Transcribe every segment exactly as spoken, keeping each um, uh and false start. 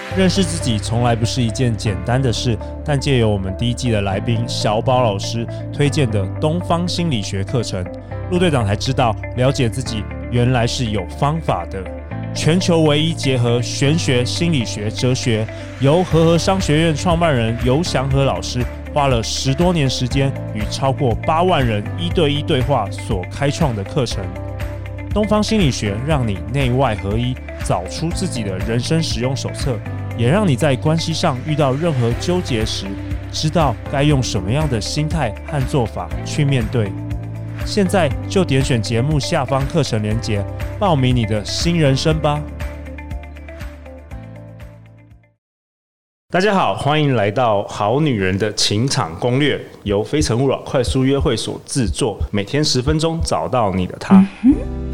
认识自己从来不是一件简单的事，但借由我们第一季的来宾小宝老师推荐的东方心理学课程，陆队长才知道了解自己原来是有方法的。全球唯一结合玄学、心理学、哲学，由和和商学院创办人游祥和老师花了十多年时间与超过八万人一对一对话所开创的课程。东方心理学让你内外合一，找出自己的人生使用手册，也让你在关系上遇到任何纠结时，知道该用什么样的心态和做法去面对。现在就点选节目下方课程连结，报名你的新人生吧。大家好，欢迎来到好女人的情场攻略，由非诚勿扰快速约会所制作，每天十分钟，找到你的他。嗯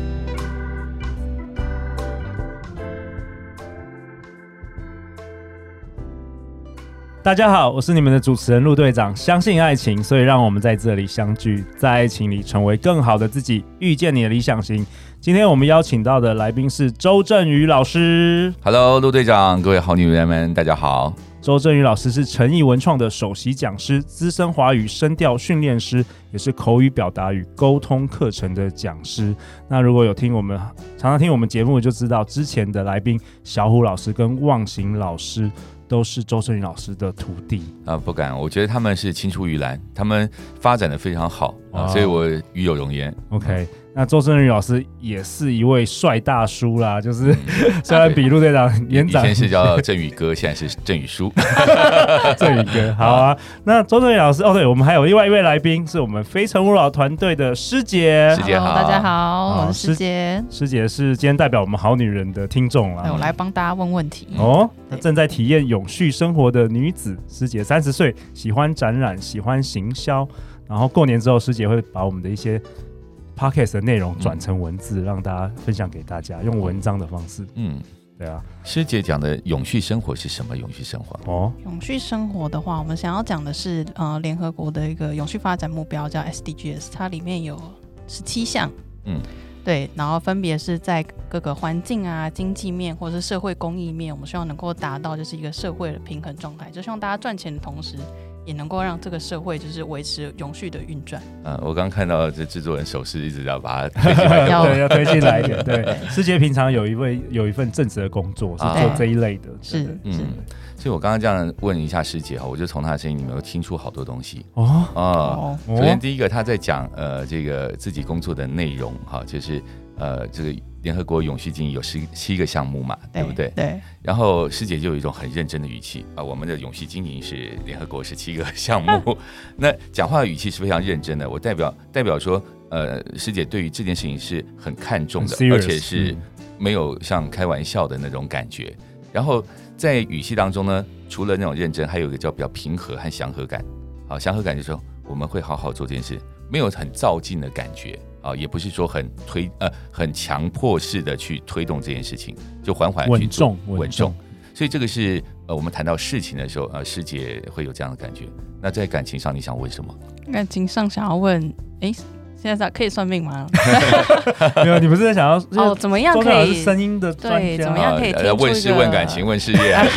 大家好，我是你们的主持人陆队长。相信爱情，所以让我们在这里相聚，在爱情里成为更好的自己，遇见你的理想型。今天我们邀请到的来宾是周振宇老师。 Hello， 陆队长，各位好女人们，大家好。 周振宇老师是诚毅文创的首席讲师、资深华语声调训练师，也是口语表达与沟通课程的讲师。那如果有听我们常常听我们节目，就知道之前的来宾小虎老师跟忘形老师都是周振宇老师的徒弟啊，不敢，我觉得他们是青出于蓝，他们发展的非常好啊，所以我与有荣焉。 OK， 那周振宇老师也是一位帅大叔啦，就是、嗯、虽然比陆队长年长， 以前是叫振宇哥，现在是振宇叔。 振宇哥，好啊。那周振宇老师，哦，对，我们还有另外一位来宾，是我们非诚勿扰团队的师姐。 师姐好， 大家好，我是师姐。 师姐是今天代表我们好女人的听众啦， 我来帮大家问问题。 哦，她正在体验永续生活的女子，师姐三十岁，喜欢展览，喜欢行销。然后过年之后，师姐会把我们的一些 podcast 的内容转成文字，嗯、让大家分享给大家，用文章的方式。嗯，对啊。 师姐讲的永续生活是什么？永续生活哦，永续生活的话，我们想要讲的是呃，联合国的一个永续发展目标叫 S D Gs， 它里面有十七项。嗯。对，然后分别是在各个环境啊、经济面或者是社会公益面，我们希望能够达到就是一个社会的平衡状态，就希望大家赚钱的同时，也能够让这个社会就是维持永续的运转。 嗯，我刚看到这制作人手势一直要把它推进来， 对，要推进来一点。对，师姐平常有一位有一份正职的工作是做这一类的， 是嗯。所以我刚刚这样问一下师姐，我就从她的声音里面听出好多东西哦啊、呃。首先第一个，她在讲呃这个自己工作的内容哈，就是呃这个联合国永续经营有七七个项目嘛， 对, 对不对？ 对。 然后师姐就有一种很认真的语气啊、呃，我们的永续经营是联合国十七个项目，那讲话的语气是非常认真的。我代表代表说，呃，师姐对于这件事情是很看重的，而且是没有像开玩笑的那种感觉。然后在语气当中呢，除了那种认真，还有一个叫比较平和和祥和感。好，祥和感就是说我们会好好做这件事，没有很躁进的感觉啊，也不是说很推呃很强迫式的去推动这件事情，就缓缓去做， 稳重稳重。 所以这个是呃我们谈到事情的时候，呃师姐会有这样的感觉。那在感情上，你想问什么？ 感情上想要问，哎。现在可以算命吗？ 没有，你不是在想要哦？怎么样可以？ 是声音的专家， 对，怎么样可以听出一个？ 问事、问感情、问事业，还是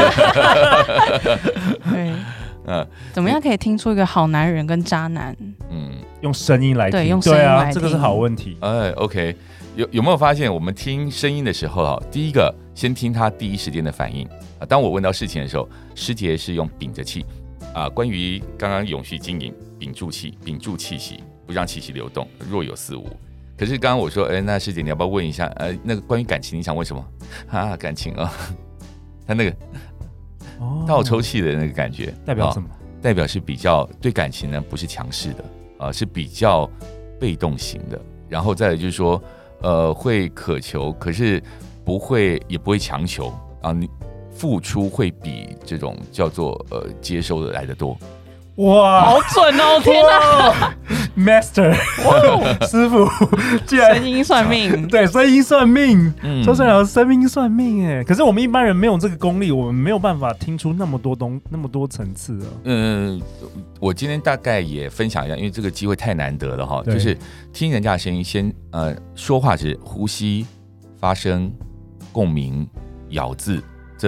对，嗯，怎么样可以听出一个好男人跟渣男？ 嗯，用声音来听， 对，用声音来听， 对啊，这个是好问题。 哎 ，OK， 有有没有发现，我们听声音的时候啊，第一个先听他第一时间的反应啊。当我问到事情的时候，师姐是用屏着气啊。关于刚刚永续经营，屏住气，屏住气息。不让气息流动，若有似无。可是刚刚我说，哎，那师姐你要不要问一下，呃，那个关于感情，你想问什么？啊，感情啊，他那个倒抽气的那个感觉， 代表什么？ 代表是比较对感情呢，不是强势的啊、呃，是比较被动型的。然后再来就是说，呃，会渴求，可是不会，也不会强求啊。你付出会比这种叫做呃接收的来得多。 哇， 好准哦！天哪 ，Master， 师傅，竟然声音算命， 对，声音算命， 嗯， 周顺老师声音算命哎，可是我们一般人没有这个功力，我们没有办法听出那么多东那么多层次啊。 嗯，我今天大概也分享一下，因为这个机会太难得了哈，就是听人家的声音先，先呃说话是呼吸、发声、共鸣、咬字这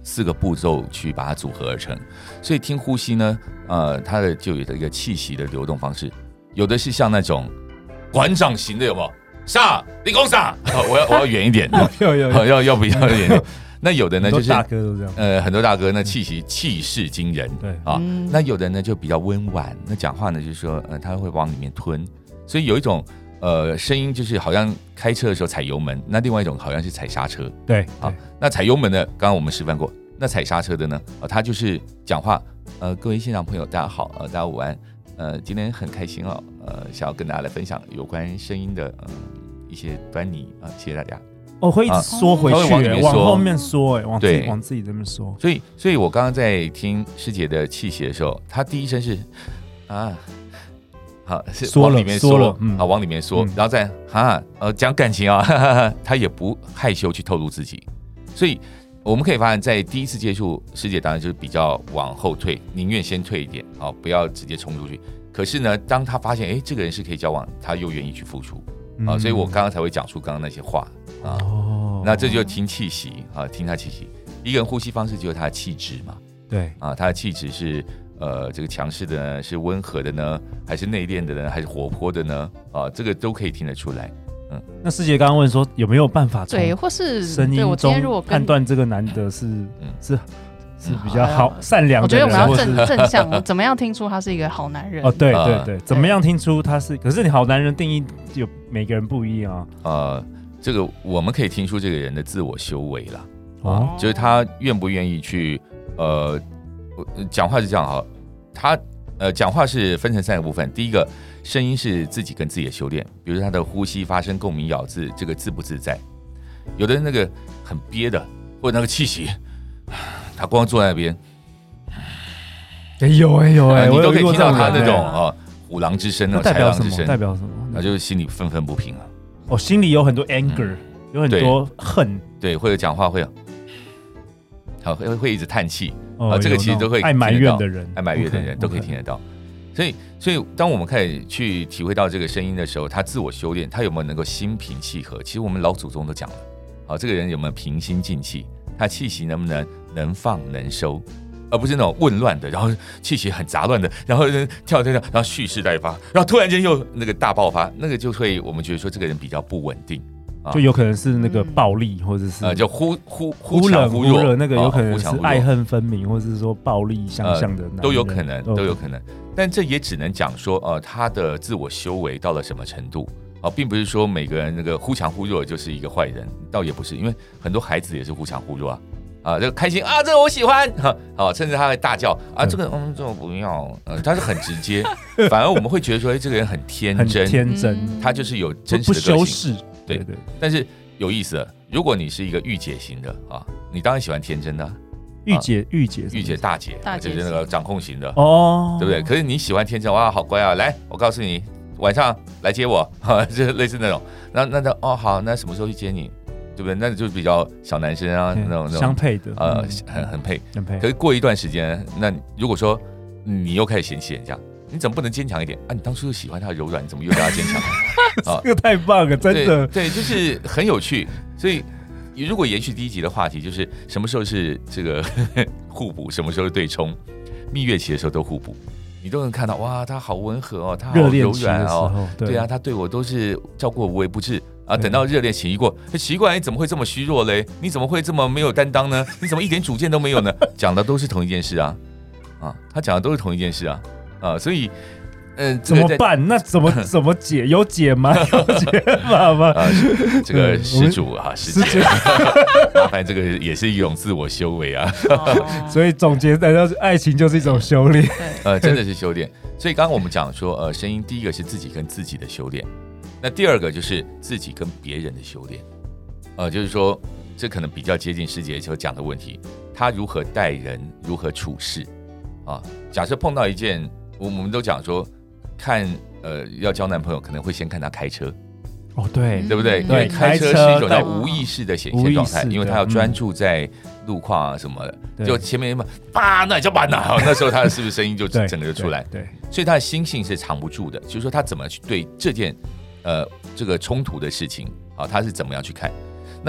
四个步骤去把它组合而成。所以听呼吸呢，呃，它的就有一个气息的流动方式，有的是像那种馆长型的，有没有？上，立功上，我要我要远一点， 有有有要要比较远一点。那有的呢就是大哥都这样， 呃，很多大哥那气息气势惊人， 对啊、 嗯， 那有的呢就比较温婉，那讲话呢就是说，呃，他会往里面吞，所以有一种呃声音就是好像开车的时候踩油门，那另外一种好像是踩刹车， 对啊，那踩油门的刚刚我们示范过，那踩刹车的呢，呃，他就是讲话，呃，各位现场朋友大家好，呃，大家午安，呃，今天很开心哦，呃，想要跟大家来分享有关声音的呃一些端倪啊、呃，谢谢大家。 哦，会一直缩回去， 啊、往, 往后面缩，哎，往自己对往自己这边缩。 所以，所以我刚刚在听师姐的气息的时候，她第一声是啊，好是往里面缩了，嗯，啊，往里面缩，嗯、然后再啊，呃，讲感情啊，哈哈哈，她也不害羞去透露自己。所以我们可以发现，在第一次接触师姐，当然就是比较往后退，宁愿先退一点，啊，不要直接冲出去。可是呢，当她发现，哎，这个人是可以交往，她又愿意去付出。啊，所以我刚刚才会讲出刚刚那些话啊，哦、那这就听气息啊，听他气息。一个人呼吸方式就是他的气质嘛， 对啊，他的气质是呃这个强势的呢，是温和的呢，还是内敛的呢，还是活泼的呢？啊，这个都可以听得出来。嗯， 那师姐刚刚问说有没有办法对，或是声音中判断这个男的是、嗯、是。是比较好、嗯、善良的人， 我觉得我们要正正向，怎么样听出他是一个好男人？ 哦，对对对，怎么样听出他是？可是你好男人定义有每个人不一样啊。 呃，这个我们可以听出这个人的自我修为啦，哦，就是他愿不愿意去呃讲话是这样哈，他呃讲话是分成三个部分，第一个声音是自己跟自己的修炼，比如他的呼吸、发声、共鸣、咬字，这个自不自在？有的人那个很憋的，或者那个气息。他光坐在那边， 哎有哎有哎， 你都可以听到他那种哦虎狼之声，那种豺狼之声， 代表什么？ 那就是心里愤愤不平啊。 哦，心里有很多 anger，、嗯、有很多恨， 对，或者讲话会，好会会一直叹气啊、 哦， 这个其实都会爱埋怨的人， 爱埋怨的人 okay, 都可以听得到。Okay. 所以，所以当我们开始去体会到这个声音的时候，他自我修炼，他有没有能够心平气和？其实我们老祖宗都讲了，好，这个人有没有平心静气？他气息能不能能放能收，而不是那种混乱的，然后气息很杂乱的，然后跳跳跳，然后蓄势待发，然后突然间又那个大爆发，那个就会我们觉得说这个人比较不稳定， 啊、就有可能是那个暴力，或者是呃，就忽忽忽冷忽弱， 那个有可能是爱恨分明，或者是说暴力相向的男人、呃， 都有可能，都有可能。但这也只能讲说，呃，他的自我修为到了什么程度。啊，并不是说每个人那个忽强忽弱就是一个坏人，倒也不是，因为很多孩子也是忽强忽弱啊，啊，这个开心啊，这个我喜欢，啊，甚至他会大叫啊，这个嗯，这个不要，呃，他是很直接，反而我们会觉得说，哎，这个人很天真， 很天真， 他就是有真实的个性， 不修饰， 对 对, 对。但是有意思了，如果你是一个御姐型的啊，你当然喜欢天真的、啊。 御姐，御姐， 御姐大姐， 大姐就是那个掌控型的哦， 对不对？可是你喜欢天真，哇，好乖啊！来，我告诉你。晚上来接我，就类似那种，那那那哦好，那什么时候去接你，对不对？那就比较小男生啊，那种相配的， 呃，很很配， 很配。 可是过一段时间，那如果说你又开始嫌弃人家，你怎么不能坚强一点啊？你当初就喜欢他的柔软，你怎么又叫他坚强？ 啊，这个太棒了，真的， 对，对就是很有趣。所以如果延续第一集的话题，就是什么时候是这个互补，什么时候是对冲？蜜月期的时候都互补。你都能看到哇，他好温和哦，他好柔软哦，对, 对啊，他对我都是照顾我无微不至啊。等到热恋期一过，奇怪，你怎么会这么虚弱嘞？你怎么会这么没有担当呢？你怎么一点主见都没有呢？讲的都是同一件事啊，啊，他讲的都是同一件事啊，啊，所以，嗯、呃， 怎么办？那怎么怎么解？有解吗？有解法吗？ 啊，这个施主啊，施主，麻烦这个也是一种自我修为啊。 所以总结来到，爱情就是一种修炼， 呃，真的是修炼。所以刚刚我们讲说，呃，声音第一个是自己跟自己的修炼，那第二个就是自己跟别人的修炼，呃，就是说这可能比较接近师姐所讲的问题，他如何待人，如何处事啊？假设碰到一件，我们都讲说。看，呃，要交男朋友可能会先看他开车， 哦，对， 对不对？因为开车是一种叫无意识的显现状态，因为他要专注在路况啊什么的，就前面嘛，叭，那叫叭哪，那时候他是不是声音就整个就出来？ 对， 所以他的心性是藏不住的，就是说他怎么去对这件呃这个冲突的事情啊，他是怎么样去看？那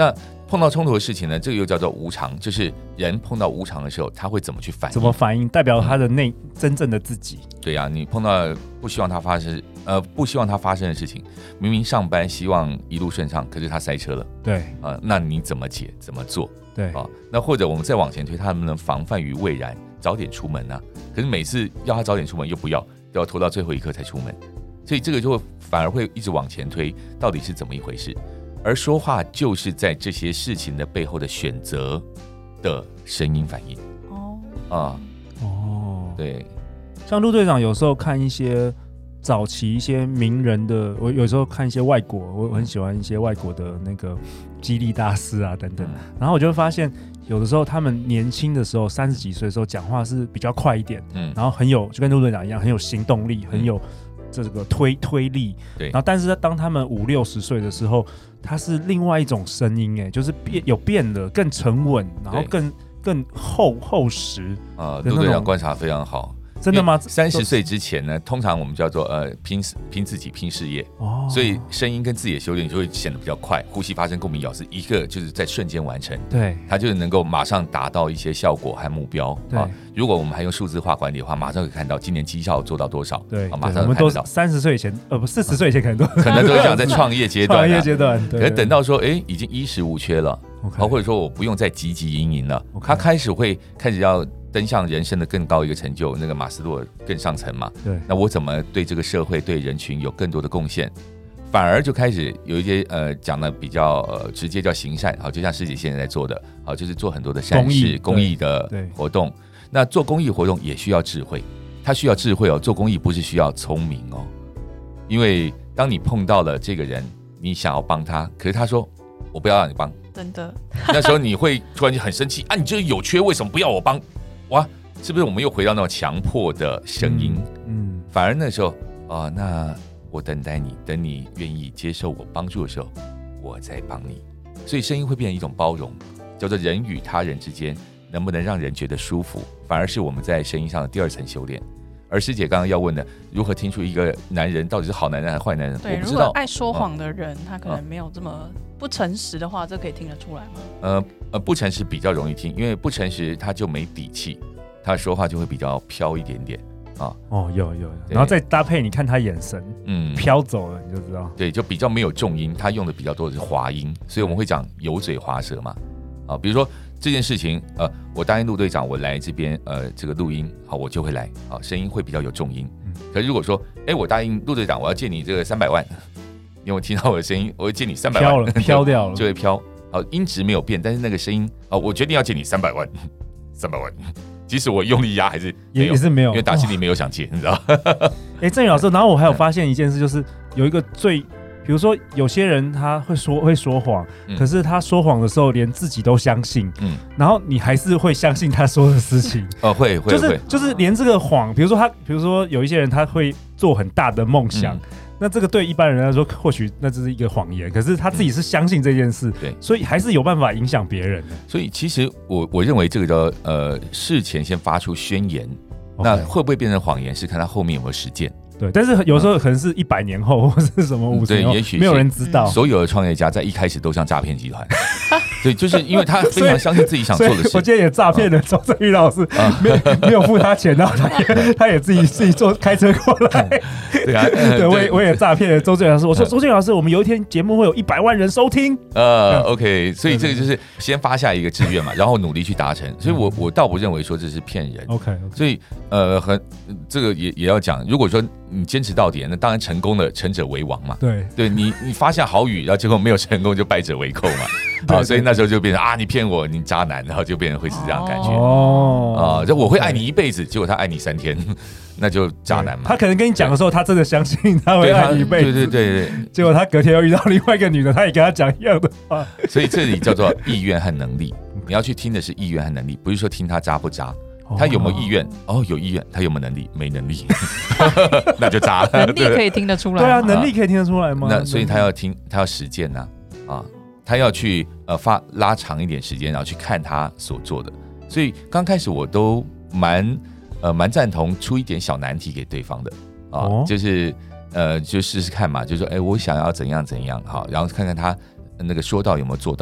碰到冲突的事情呢，这个又叫做无常，就是人碰到无常的时候，他会怎么去反应？ 怎么反应，代表他的内、嗯、真正的自己。 对呀、啊，你碰到不希望他发生，呃，不希望他发生的事情，明明上班希望一路顺畅，可是他塞车了， 对， 啊、呃，那你怎么解？怎么做？ 对啊、呃，那或者我们再往前推，他能不能防范于未然，早点出门呢、啊？可是每次要他早点出门又不要，要拖到最后一刻才出门，所以这个就会反而会一直往前推，到底是怎么一回事？而说话就是在这些事情的背后的选择的声音反应。哦啊哦，对， 像陆队长有时候看一些早期一些名人的，我有时候看一些外国，我很喜欢一些外国的那个激励大师啊等等，嗯、然后我就会发现，有的时候他们年轻的时候，三十几岁的时候讲话是比较快一点，嗯，然后很有，就跟陆队长一样，很有行动力，很有。这个推推力， 对， 然后但是当他们五六十岁的时候，他是另外一种声音，哎，就是变有变了，更沉稳，然后更更厚厚实啊。陆队长观察非常好。 真的吗？ 三十岁之前呢，通常我们叫做呃拼拼自己拼事业，哦，所以声音跟自己的修炼就会显得比较快，呼吸发生共鸣咬字，一个就是在瞬间完成， 对， 它就是能够马上达到一些效果和目标啊。如果我们还用数字化管理的话，马上可以看到今年绩效做到多少， 对， 啊、马上我们都三十岁以前，呃不四十岁以前可能都可能都是讲在创业阶段、啊， 创业阶段，对， 可是等到说哎已经衣食无缺了， okay, 或者说我不用再汲汲营营了， okay, 他开始会开始要登向人生的更高一个成就，那个马斯洛更上层嘛。 对， 那我怎么对这个社会、对人群有更多的贡献？反而就开始有一些呃讲的比较呃直接叫行善，好，就像师姐现在在做的，好，就是做很多的善事、公益的活动。那做公益活动也需要智慧，它需要智慧哦。做公益不是需要聪明哦，因为当你碰到了这个人，你想要帮他，可是他说我不要让你帮。 真的， 那时候你会突然就很生气啊！你这个有缺，为什么不要我帮？哇，是不是我们又回到那种强迫的声音？嗯，嗯反而那时候啊、呃，那我等待你，等你愿意接受我帮助的时候，我再帮你。所以声音会变成一种包容，叫做人与他人之间能不能让人觉得舒服，反而是我们在声音上的第二层修炼。而师姐刚刚要问的，如何听出一个男人到底是好男人还是坏男人？ 对， 我不知道。 如果爱说谎的人，嗯、他可能没有这么不诚实的话，这可以听得出来吗？ 呃呃，不诚实比较容易听，因为不诚实他就没底气，他说话就会比较飘一点点啊。 哦，有有，然后再搭配你看他眼神，嗯，飘走了你就知道。 对，就比较没有重音，他用的比较多的是滑音，所以我们会讲油嘴滑舌嘛。啊，比如说这件事情，呃，我答应陆队长，我来这边，呃，这个录音，好，我就会来，啊，声音会比较有重音。嗯、可是如果说，哎，我答应陆队长，我要借你这个三百万，因为我听到我的声音，我会借你三百万， 飘了，飘掉了， 就会飘。好，音质没有变，但是那个声音，啊，我决定要借你三百万，三百万，即使我用力压还是也也是没有， 因为打心里没有想借，你知道？ 哎，郑宇老师，然后我还有发现一件事，就是有一个最。比如说，有些人他会说会说谎、嗯，可是他说谎的时候连自己都相信，嗯，然后你还是会相信他说的事情， 哦，会会就是会就是连这个谎，比如说他，比如说有一些人他会做很大的梦想、嗯，那这个对一般人来说或许那只是一个谎言，可是他自己是相信这件事，对、嗯，所以还是有办法影响别人的。 所以其实我我认为这个叫呃事前先发出宣言， okay. 那会不会变成谎言是看他后面有没有实践。 对，但是有时候可能是一百年后，或是什么五十年后，也许没有人知道。 所有的创业家在一开始都像诈骗集团，对，就是因为他非常相信自己想做的事。 我今天也诈骗了周振宇老师，啊、没没有付他钱，然后他也他也自己自己坐开车过来。 对啊， 对，我也我也诈骗了周振宇老师。我说周振宇老师，我们有一天节目会有一百万人收听。 呃 ，OK， 所以这个就是先发下一个志愿嘛，然后努力去达成。所以我我倒不认为说这是骗人。 OK， 所以呃，很这个也也要讲，如果说你坚持到底，那当然成功了，成者为王嘛。 对， 对你你发下好语，然后结果没有成功，就败者为寇嘛。好，所以那时候就变成啊，你骗我，你渣男，然后就变成会是这样的感觉。哦，啊，就我会爱你一辈子，结果他爱你三天，那就渣男嘛。 他可能跟你讲的时候，他真的相信他会爱你一辈子， 对对对对。 结果他隔天又遇到另外一个女的，他也跟他讲一样的话。 所以这里叫做意愿和能力，你要去听的是意愿和能力，不是说听他渣不渣。他有没有意愿？哦，有意愿。他有没有能力？没能力，那就渣了。 能力可以听得出来。 对啊，能力可以听得出来吗？ 那所以他要听，他要实践呐、啊，啊，他要去呃发拉长一点时间，然后去看他所做的。所以刚开始我都蛮呃蛮赞同出一点小难题给对方的啊，哦、就是呃就试试看嘛，就说哎、欸，我想要怎样怎样好，然后看看他那个说到有没有做到。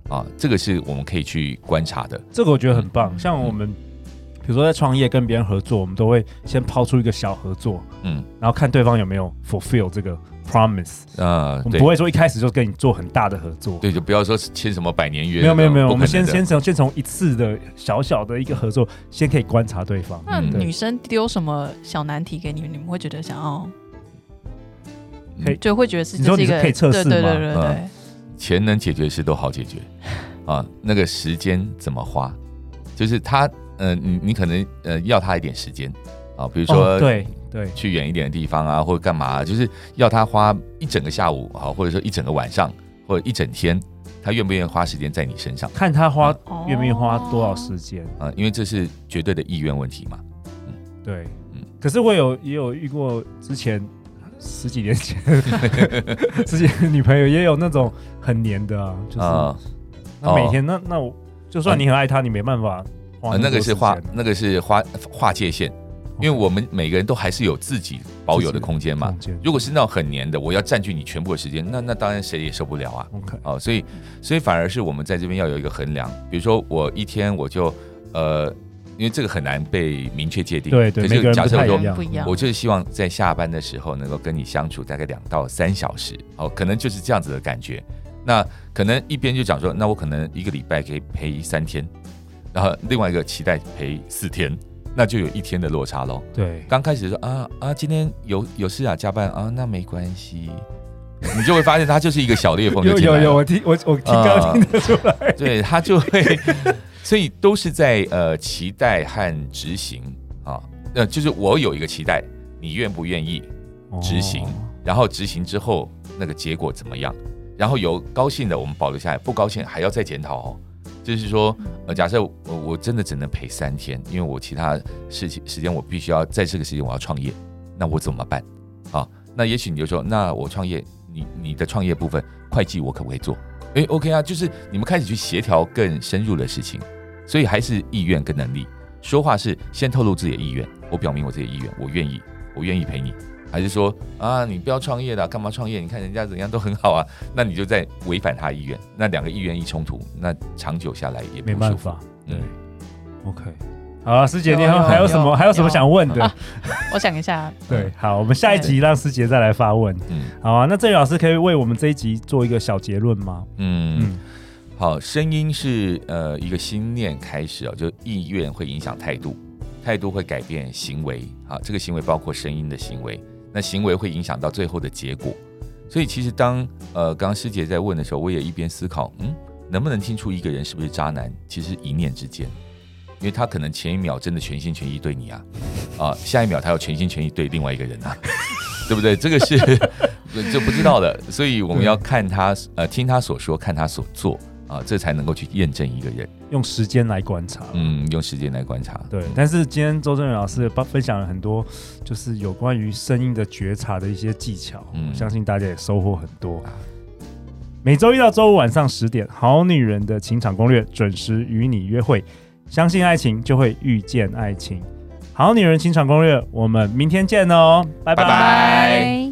啊，这个是我们可以去观察的。 这个我觉得很棒。嗯、像我们、嗯、比如说在创业跟别人合作，我们都会先抛出一个小合作，嗯，然后看对方有没有 fulfill 这个 promise。啊，我们不会说一开始就跟你做很大的合作， 对，就不要说签什么百年约。 没有没有没有，我们先先从先从一次的小小的一个合作，先可以观察对方。 那女生丢什么小难题给你们，你们会觉得想要？可以就会觉得是你说你是可以测试吗？ 对对对对对、嗯， 钱能解决的事都好解决啊。那个时间怎么花，就是他呃，你你可能呃要他一点时间啊，比如说、 哦、对对， 去远一点的地方啊，或者干嘛、啊，就是要他花一整个下午啊，或者说一整个晚上，或者一整天，他愿不愿意花时间在你身上？ 看他花、嗯、愿不愿意花多少时间啊？因为这是绝对的意愿问题嘛。 嗯，对，嗯。可是我有也有遇过之前。十几年前，十几年女朋友也有那种很黏的啊，就是、呃、那每天、哦、那那我就算你很爱他，呃、你没办法花那、 呃、那个是划那个是划划界限，因为我们每个人都还是有自己保有的空间嘛。如果是那种很黏的，我要占据你全部的时间，那那当然谁也受不了啊。 Okay. 哦，所以所以反而是我们在这边要有一个衡量，比如说我一天我就呃。因为这个很难被明确界定， 对对， 可是假设说不一样， 我就是希望在下班的时候能够跟你相处大概两到三小时，哦，可能就是这样子的感觉。那可能一边就讲说，那我可能一个礼拜可以陪三天，然后另外一个期待陪四天，那就有一天的落差咯。 对， 刚开始说啊啊，今天有有事啊，加班啊，那没关系。你就会发现他就是一个小裂缝就进来了， 有有有，我听我我听刚刚听得出来，呃、 对他就会，所以都是在呃期待和执行啊，呃就是我有一个期待，你愿不愿意执行，哦、然后执行之后那个结果怎么样，然后有高兴的我们保留下来，不高兴还要再检讨哦。就是说，呃，假设我我真的只能陪三天，因为我其他事情时间我必须要在这个时间我要创业，那我怎么办啊？那也许你就说，那我创业。你, 你的创业部分会计我可不可以做？哎 ，OK 啊，就是你们开始去协调更深入的事情，所以还是意愿跟能力。说话是先透露自己的意愿，我表明我自己的意愿，我愿意，我愿意陪你，还是说啊，你不要创业了，干嘛创业？你看人家怎样都很好啊，那你就在违反他的意愿，那两个意愿一冲突，那长久下来也不舒服。 没办法，对、嗯、，OK。好啊，师姐，你还有什么还有什么想问的？ 啊、我想一下。 对，好，我们下一集让师姐再来发问。嗯，好啊，那郑宇老师可以为我们这一集做一个小结论吗？ 嗯嗯，好，声音是呃一个心念开始哦，就意愿会影响态度，态度会改变行为。好，这个行为包括声音的行为，那行为会影响到最后的结果。所以其实当呃刚刚师姐在问的时候，我也一边思考，嗯，能不能听出一个人是不是渣男？其实一念之间。因为他可能前一秒真的全心全意对你啊，啊，下一秒他要全心全意对另外一个人啊，对不对？这个是就不知道的，所以我们要看他呃听他所说，看他所做啊，这才能够去验证一个人。 用时间来观察， 嗯，用时间来观察。 对，但是今天周震宇老师分享了很多，就是有关于声音的觉察的一些技巧，嗯，相信大家也收获很多。每周一到周五晚上十点，《好女人的情场攻略》准时与你约会。相信爱情，就会遇见爱情。好女人情场攻略，我们明天见哦，拜拜。拜拜。